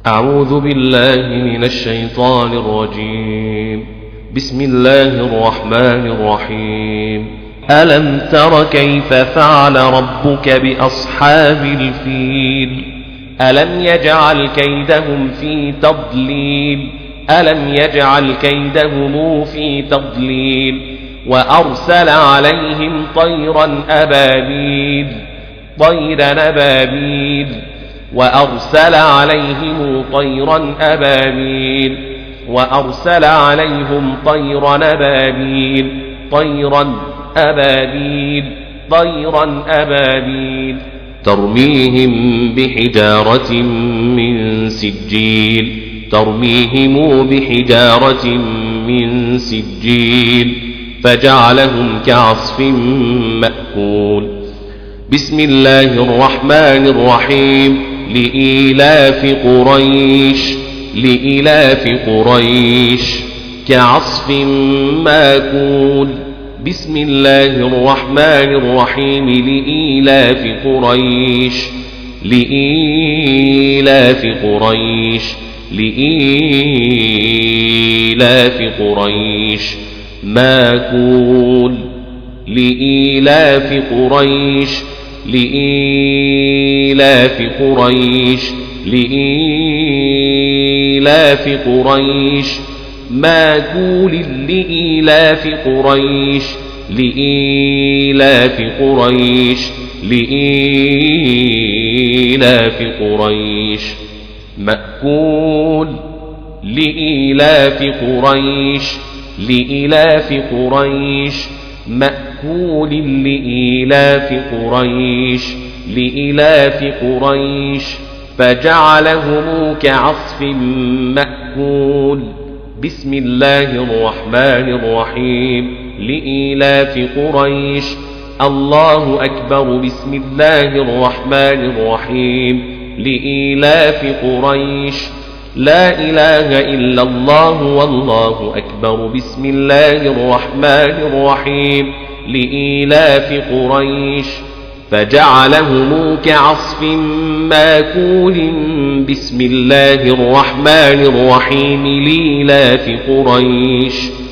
أعوذ بالله من الشيطان الرجيم. بسم الله الرحمن الرحيم. ألم تر كيف فعل ربك بأصحاب الفيل؟ ألم يجعل كيدهم في تضليل ألم يجعل كيدهم في تضليل وأرسل عليهم طيرا أبابيل وأرسل عليهم طيرا أبابيل ترميهم بحجارة من سجيل فجعلهم كعصف مأكول. بسم الله الرحمن الرحيم. لإيلاف قريش كعصف مأكول. بسم الله الرحمن الرحيم. لإيلاف قريش مأكول. لإيلاف قريش مأكول. لإيلاف قريش فجعلهم كعصف مأكول. بسم الله الرحمن الرحيم. لإيلاف قريش. الله أكبر. بسم الله الرحمن الرحيم. لإيلاف قريش. لا إله إلا الله والله أكبر. بسم الله الرحمن الرحيم. لإيلاف قريش فجعلهم كعصف مأكول. بسم الله الرحمن الرحيم. لإيلاف قريش